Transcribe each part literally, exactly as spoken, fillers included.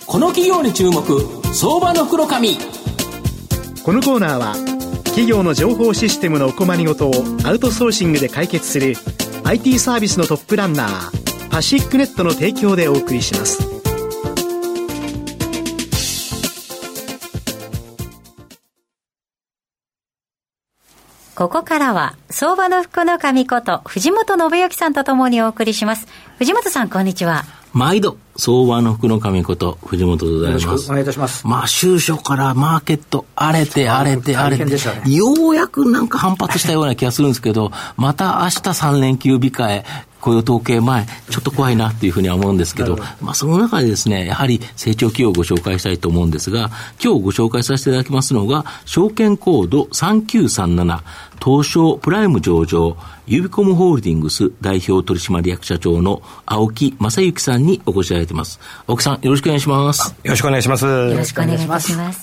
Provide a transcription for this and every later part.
この企業に注目、相場の袋紙。 このコーナーは企業の情報システムのお困りごとをアウトソーシングで解決する アイティー サービスのトップランナーパシックネットの提供でお送りします。 ここからは相場の福の神こと藤本信之さんとともにお送りします。藤本さん、こんにちは。 毎度相場の福の神こと藤本でございます。よろしくお願いいたします。まあ週初からマーケット荒れて荒れて荒れて、ね、ようやくなんか反発したような気がするんですけど、また明日さん連休控え、雇用統計前、ちょっと怖いなっていうふうには思うんですけど、まあその中でですね、やはり成長企業をご紹介したいと思うんですが、今日ご紹介させていただきますのが、証券コードさんきゅうさんなな、東証プライム上場、ユビコムホールディングス代表取締役社長の青木正幸さんにお越しいただいています。青木さん、よろしくお願いします。 よろしくお願いします。 よろしくお願いします。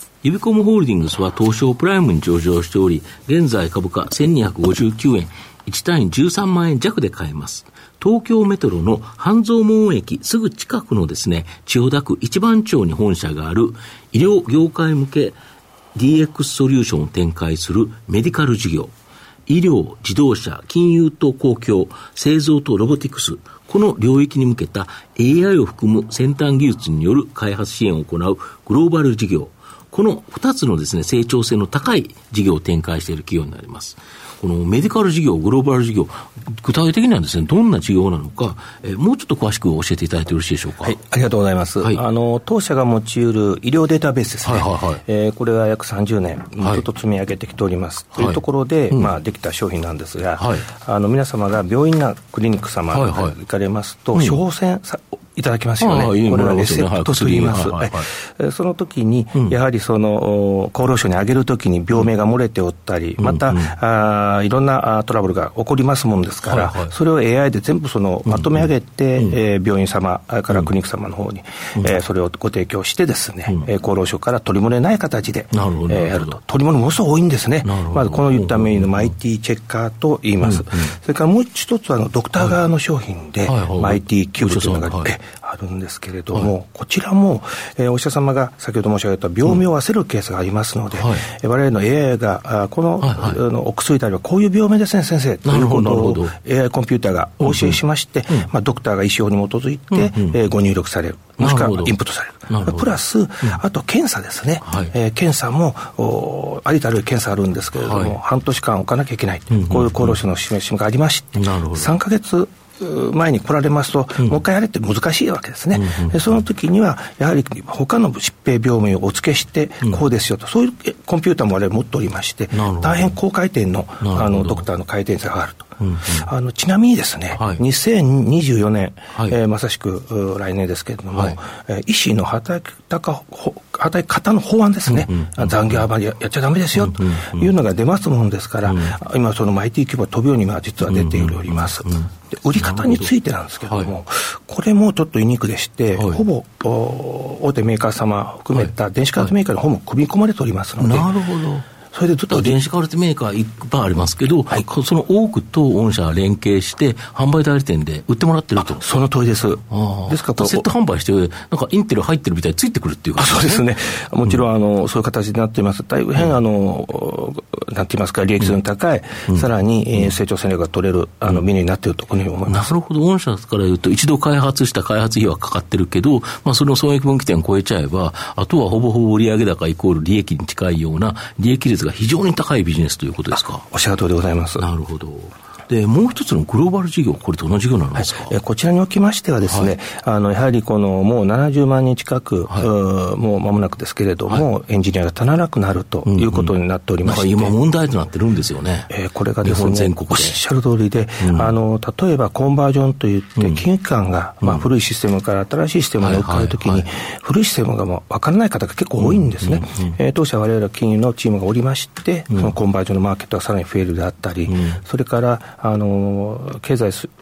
ユビコムホールディングスは東証プライムに上場しており、現在株価せんにひゃくごじゅうきゅうえん、いち単位じゅうさんまんえん弱で買えます。東京メトロの半蔵門駅すぐ近くのですね、千代田区一番町に本社がある医療業界向け ディーエックス ソリューションを展開するメディカル事業、医療、自動車、金融と公共、製造とロボティクス、この領域に向けた エーアイ を含む先端技術による開発支援を行うグローバル事業、このふたつのですね、成長性の高い事業を展開している企業になります。このメディカル事業、グローバル事業、具体的にはですね、どんな事業なのか、えー、もうちょっと詳しく教えていただいてよろしいでしょうか。 はい、ありがとうございます。はい、あの当社が用いる医療データベースですね。はいはいはい、えー、これは約さんじゅうねんずっと積み上げてきております、はい、というところで、はい、まあ、できた商品なんですが、はい、あの皆様が病院やクリニック様が行かれますと、はいはい、処方箋いただきますよね。ああ、いいこれはレセプトと言います。はいはいはい、その時に、うん、やはりその厚労省に上げるときに病名が漏れておったり、うん、また、うん、あいろんなトラブルが起こりますものですから、はいはい、それを エーアイ で全部そのまとめ上げて、うんえー、病院様からクリニック様の方に、うんえー、それをご提供してですね、うん、厚労省から取り漏れない形で、えー、やると。取り漏れものすごく多いんですね。まずこの言ったメインの アイティー チェッカーと言います。うんうん、それからもう一つはあのドクター側の商品で、はいはいはい、アイティー キューブというのがあって、はいはいあるんですけれども、はい、こちらも、えー、お医者様が先ほど申し上げた病名を忘れるケースがありますので、うんはい、我々の エーアイ がこの、はいはい、あのお薬であればこういう病名ですね先生ということを エーアイ コンピューターがお教えしまして、うんうんまあ、ドクターが医師法に基づいて、うんうんえー、ご入力されるもしくはインプットされるプラス、うん、あと検査ですね、はいえー、検査もありとあらゆる検査あるんですけれども、はい、半年間置かなきゃいけない、うんうんうん、こういう厚労省の示しがありまして、さんかげつ前に来られますと、うん、もう一回やれって難しいわけですね、うんうん、でその時にはやはり他の疾病病名をお付けしてこうですよと、うん、そういうコンピューターも我々持っておりまして、大変高回転のあのドクターの回転数があると、うんうん、あのちなみにですね、はい、にせんにじゅうよねん、はいえー、まさしく来年ですけれども、はいえー、医師の働き方働き方の法案ですね、うんうん、残業あまり や, やっちゃダメですよというのが出ますものですから、うんうん、今その アイティー 規模は飛ぶようには実は出ております、うんうんうんで売り方についてなんですけれども、はい、これもちょっとユニークでして、はい、ほぼ大手メーカー様含めた電子カルテメーカーの方も組み込まれておりますので、 はい、なるほどそれでずっと電子カルテメーカーいっぱいありますけど、はい、その多くと御社は連携して販売代理店で売ってもらってると。 その通りです。 あですからセット販売してなんかインテル入ってるみたいについてくるっていうことですね。そうですね。もちろんあの、うん、そういう形になっています。大変あの、うん、なんて言いますか利益性の高い、うん、さらに、えー、成長戦略が取れるあのメニューになっているとこのように思います。 なるほど。御社から言うと一度開発した開発費はかかってるけど、まあその損益分岐点を超えちゃえば、あとはほぼほぼ売上高イコール利益に近いような利益率が非常に高いビジネスということですか。 おっしゃる通りでございます。 なるほど。でもう一つのグローバル事業、これどんな事業なんですか。 はい、こちらにおきましてはですね、はい、あのやはりこのもうななじゅうまんにん近く、はい、もう間もなくですけれども、はい、エンジニアが足らなくなるということになっておりまして、 うんうん、今問題となってるんですよね。 えー、これがですね、全国でおっしゃる通りで、うん、あの例えばコンバージョンといって、金融機関が、うんまあ、古いシステムから新しいシステムに置き換えるときに、はいはいはい、古いシステムが分からない方が結構多いんですね。うんうんうんえー、当社は我々は金融のチームがおりまして、うん、そのコンバージョンのマーケットがさらに増えるであったり、うん、それからあの経済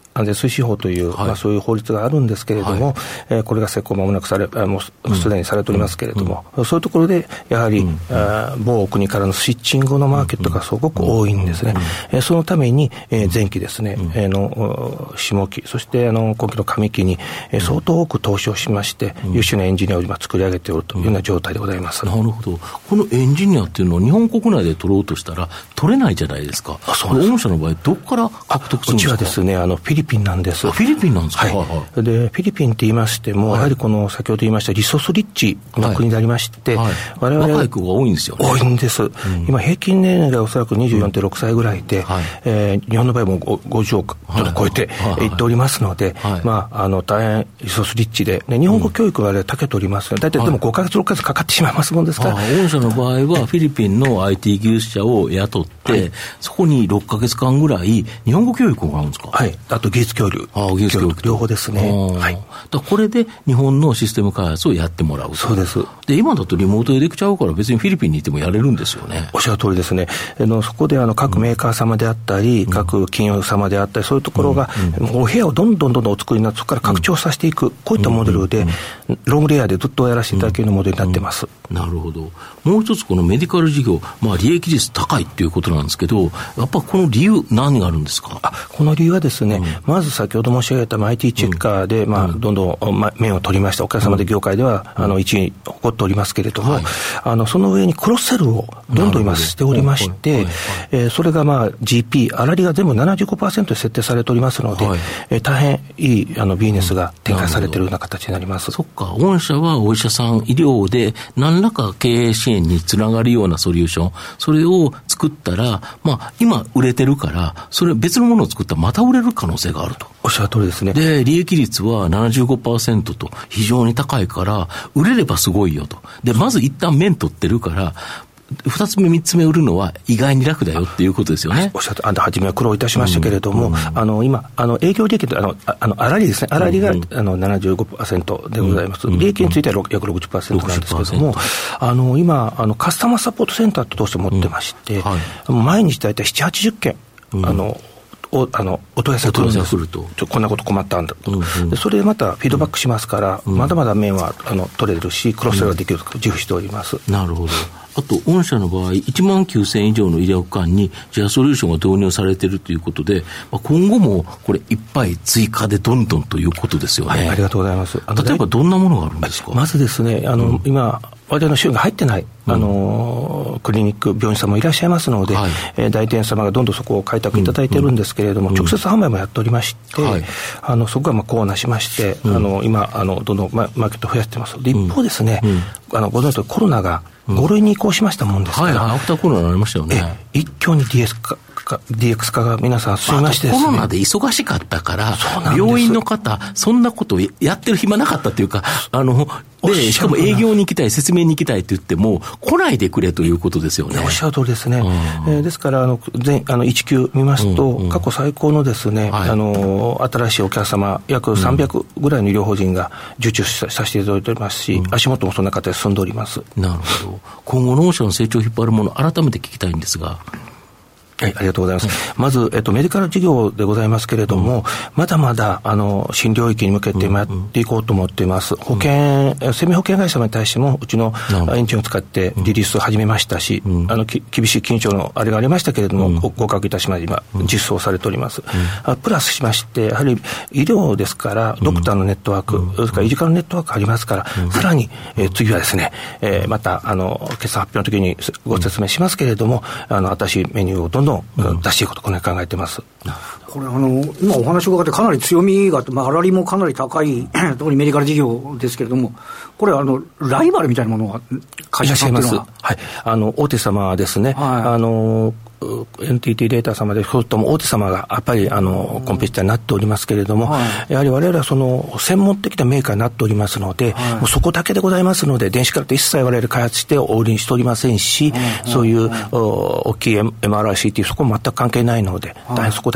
安全推進法という、はい、まあ、そういう法律があるんですけれども、はい、えー、これが施行間もなくされ、もうすでにされておりますけれども、うんうん、そういうところでやはり、うん、あ某国からのスイッチングのマーケットがすごく多いんですね、うんうん、えー、そのために、えー、前期ですね、うん、えー、の下期そしてあの今期の上期に、えー、相当多く投資をしまして、うん、優秀なエンジニアを今作り上げておるというような状態でございます、 うん、なるほど。このエンジニアっていうのを日本国内で取ろうとしたら取れないじゃないですか。 あ、そうです。 御社の場合どこから獲得するんですか？ うちはですね、あのフィリピンなんです。 あ、フィリピンなんですか？ はい、はいはい、でフィリピンって言いましても、はい、やはりこの先ほど言いましたリソースリッチの国でありまして、はいはい、我々 若い子が多いんですよね。 多いんです、うん、今平均年齢がおそらく にじゅうよんてんろく 歳ぐらいで、うん、はい、えー、日本の場合もごじゅうおくちょっと超えていっておりますので、はいはい、まあ、あの大変リソースリッチで、ね、日本語教育が長けておりますので、大体でもごかげつろっかげつかかってしまいますもんですから、 はい、御社の場合はフィリピンの アイティー 技術者を雇って、はい、そこにろっかげつかんぐらい日本語教育を行うんですか？ はい、あと技術教育、 あ、技術教育両方ですね、はい、 だこれで日本のシステム開発をやってもらうと。 そうです。 で今だとリモートでできちゃうから別にフィリピンにいてもやれるんですよね。 おっしゃる通りですね。あのそこであの各メーカー様であったり、うん、各企業様であったり、そういうところが、うんうん、お部屋をどんどんどんどんお作りになって、そこから拡張させていく、うん、こういったモデルで、うんうん、ロングレイヤーでずっとやらせていただけるようなモデルになってます、 うんうん、なるほど。もう一つこのメディカル事業、まあ、利益率高いっていうことなんですけど、やっぱこの理由何があるんですか？ あ、この理由はですね、うん、まず先ほど申し上げた アイティー チェッカーで、うん、まあ、どんどん、ま、面を取りましたお客様で業界では、うん、あのいちいに誇っておりますけれども、はい、あのその上にクロスセルをどんどん今しておりまして、はいはいはい、えー、それがまあ ジーピー 粗利が全部 ななじゅうごパーセント で設定されておりますので、はい、えー、大変いいあのビジネスが展開されているような形になります。 そっか、御社はお医者さん医療で何らか経営支援につながるようなソリューション、それを作ったら、まあ、今売れてるからそれ別のものを作ったらまた売れる可能性があると。 おっしゃる通りですね。 で利益率は ななじゅうごパーセント と非常に高いから売れればすごいよと。でまず一旦面取ってるから二つ目三つ目売るのは意外に楽だよっていうことですよね。 おっしゃって、あの初めは苦労いたしましたけれども、うんうん、あの今あの営業利益とあのあの粗利ですね、粗利が、うんうん、あの ななじゅうごパーセント でございます、うんうん、利益については約 ろくじゅっパーセント なんですけれども、あの今あのカスタマーサポートセンターとどうして持ってまして、うん、はい、毎日大体ななじゅう、はちじゅっけん、うん、あのお, あのお問い合わせが来るんです。 とちょこんなこと困ったんだと、うんうん、でそれでまたフィードバックしますから、うん、まだまだ面はあの取れるしクロスセルができると自負しております、 うん、なるほど。あと御社の場合いちまんきゅうせん以上の医療機関にジェアソリューションが導入されているということで、まあ、今後もこれいっぱい追加でどんどんということですよね。 はい、ありがとうございます。 例えばどんなものがあるんですか？ まずですね、あの、うん、今我々の収入が入ってない、あのー、クリニック病院様もいらっしゃいますので、はい、えー、代理店様がどんどんそこを開拓いただいているんですけれども、うんうん、直接販売もやっておりまして、はい、あのそこがまあこうなしまして、うん、あの今あのどんどんマーケットを増やしています。で一方ですね、うんうん、あのご存知のコロナがご類に移行しましたもんですから、うん、 はい、アフターコロナになりましたよね。 一挙に ディーエス 化ディーエックス 化が皆さん進みましてですね、 コロナで忙しかったから病院の方そんなことをやってる暇なかったというか、あのでしかも営業に行きたい説明に行きたいと言っても来ないでくれということですよね。 おっしゃる通りですね、うん、えー、ですからあの全あのいちきゅう見ますと、うんうん、過去最高のですね、はい、あの新しいお客様約さんびゃくぐらいの医療法人が受注させていただいておりますし、うん、足元もそんな形で進んでおります。 なるほど。今後の御社の成長を引っ張るもの改めて聞きたいんですが。 はい、ありがとうございます。うん、まず、えっと、メディカル事業でございますけれども、うん、まだまだ、あの、新領域に向けてやっていこうと思っています。うん、保険、生命保険会社様に対しても、うちのエンジンを使ってリリースを始めましたし、うん、あの、き厳しい緊張のあれがありましたけれども、うん、合格いたしまして、今、実装されております。うん、プラスしまして、やはり、医療ですから、ドクターのネットワーク、うん、それから医師科のネットワークありますから、うん、さらに、えー、次はですね、えー、また、あの、決算発表の時にご説明しますけれども、あの、新しいメニューをどんどん、うん、出していくことこの考えてます。 これあの今お話を伺ってかなり強みがあって、まあ、粗利もかなり高い特にメディカル事業ですけれども、これあのライバルみたいなものが会社さんというのは、 はい、あの大手様ですね、はい、あのエヌティーティー データ様でそうとも大手様がやっぱりあのコンペティターになっておりますけれども、はい、やはり我々はその専門的なメーカーになっておりますので、はい、もうそこだけでございますので、電子化って一切我々開発してお売りにしておりませんし、はい、そういう、はい、大きい エムアールアイ シーティー そこも全く関係ないので、はい、大変そこだけは集中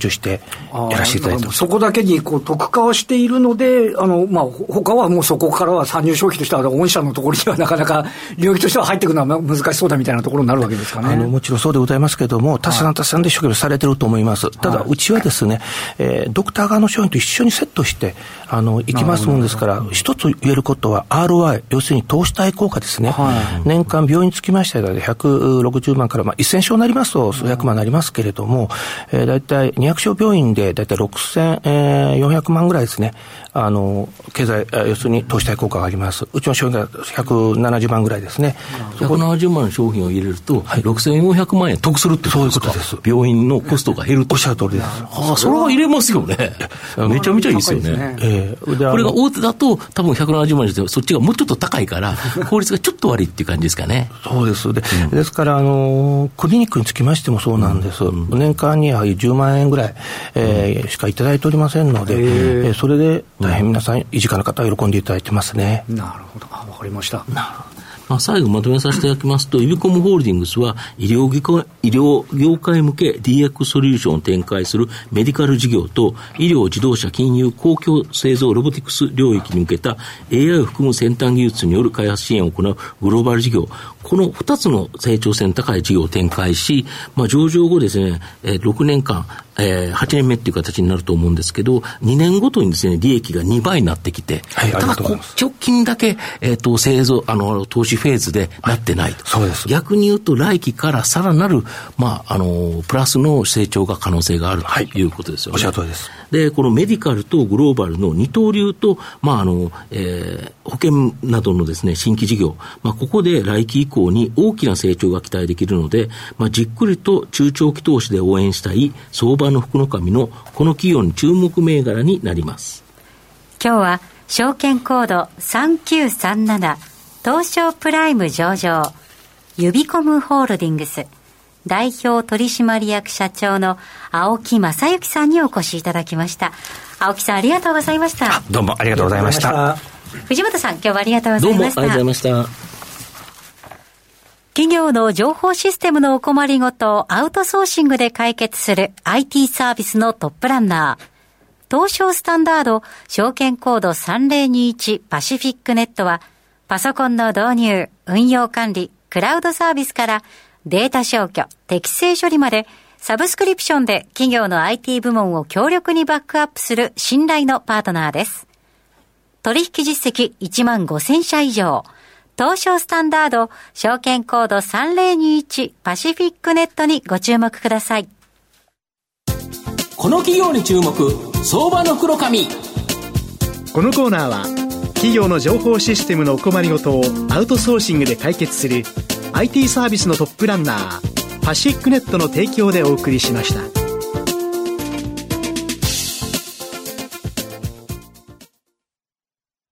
中してやらせていただいてます。 そこだけにこう特化をしているので、あの、まあ、他はもうそこからは参入障壁としては、御社のところにはなかなか領域としては入っていくのは難しそうだみたいなところになるわけですかね。 あのもちろんそうでございますけれども、他社さん他社さんで一生懸命されてると思います。ただ、はい、うちはですね、えー、ドクター側の商品と一緒にセットしてあのいきますもんですから、一つ言えることは アールオーアイ、要するに投資対効果ですね、はい、年間病院につきましてはひゃくろくじゅうまんから、まあ、せん床になりますと数百万になりますけれども、えー、だいたいにひゃく床病院でだいたいろくせんよんひゃくまんぐらいですね、あの経済、要するに投資対効果があります。うちの商品がひゃくななじゅうまんぐらいですね。 ひゃくななじゅうまんの商品を入れると、はい、ろくせんよんひゃくまんえん得するってことですか。そういうことです。病院のコストが減ると。 おっしゃる通りです。 ああ、それは入れますよね。めちゃめちゃいいですよね。ねえー、これが大手だと多分ひゃくななじゅうまんにしてそっちがもうちょっと高いから効率がちょっと悪いっていう感じですかね。 そうです。で、うん、ですからあのクリニックにつきましてもそうなんです。うん、年間にやはりじゅうまんえんぐらい、えー、しかいただいておりませんので、えー、それで大変皆さん、維持家の方は喜んでいただいてますね。 なるほど。わかりました。なるほど。 まあ、最後まとめさせていただきますと、イビコムホールディングスは医療業、医療業界向け ディーエックス ソリューションを展開するメディカル事業と、医療、自動車、金融、公共製造、ロボティクス領域に向けた エーアイ を含む先端技術による開発支援を行うグローバル事業、このふたつの成長性の高い事業を展開し、まあ、上場後ですね、ろくねんかん、えー、はちねんめっていう形になると思うんですけど、にねんごとにですね、利益がにばいになってきて、はい、ただ直近だけ、えっと、製造、あの、投資フェーズでなってないと。 そうです。 逆に言うと、来期からさらなる、まあ、あの、プラスの成長が可能性があるということですよね。 おっしゃる通りです。 で、このメディカルとグローバルの二刀流と、まあ、あの、えー、保険などのですね、新規事業、まあ、ここで来期以降に大きな成長が期待できるので、まあ、じっくりと中長期投資で応援したい相場の福の神のこの企業に注目銘柄になります。 今日は証券コードさんきゅうさんなな東証プライム上場ユビコムホールディングス代表取締役社長の青木正幸さんにお越しいただきました。青木さん、ありがとうございました。 どうもありがとうございました。 藤本さん、今日はありがとうございました。 どうもありがとうございました。 企業の情報システムのお困りごとをアウトソーシングで解決する アイティー サービスのトップランナー。東証スタンダード証券コードさんぜろにいちパシフィックネットはパソコンの導入、運用管理、クラウドサービスからデータ消去、適正処理までサブスクリプションで企業の アイティー 部門を強力にバックアップする信頼のパートナーです。取引実績いちまんごせんしゃ以上。東証スタンダード証券コードさんぜろにいちパシフィックネットにご注目ください。 この企業に注目、相場の黒髪。 このコーナーは企業の情報システムのお困りごとをアウトソーシングで解決する アイティー サービスのトップランナーパシフィックネットの提供でお送りしました。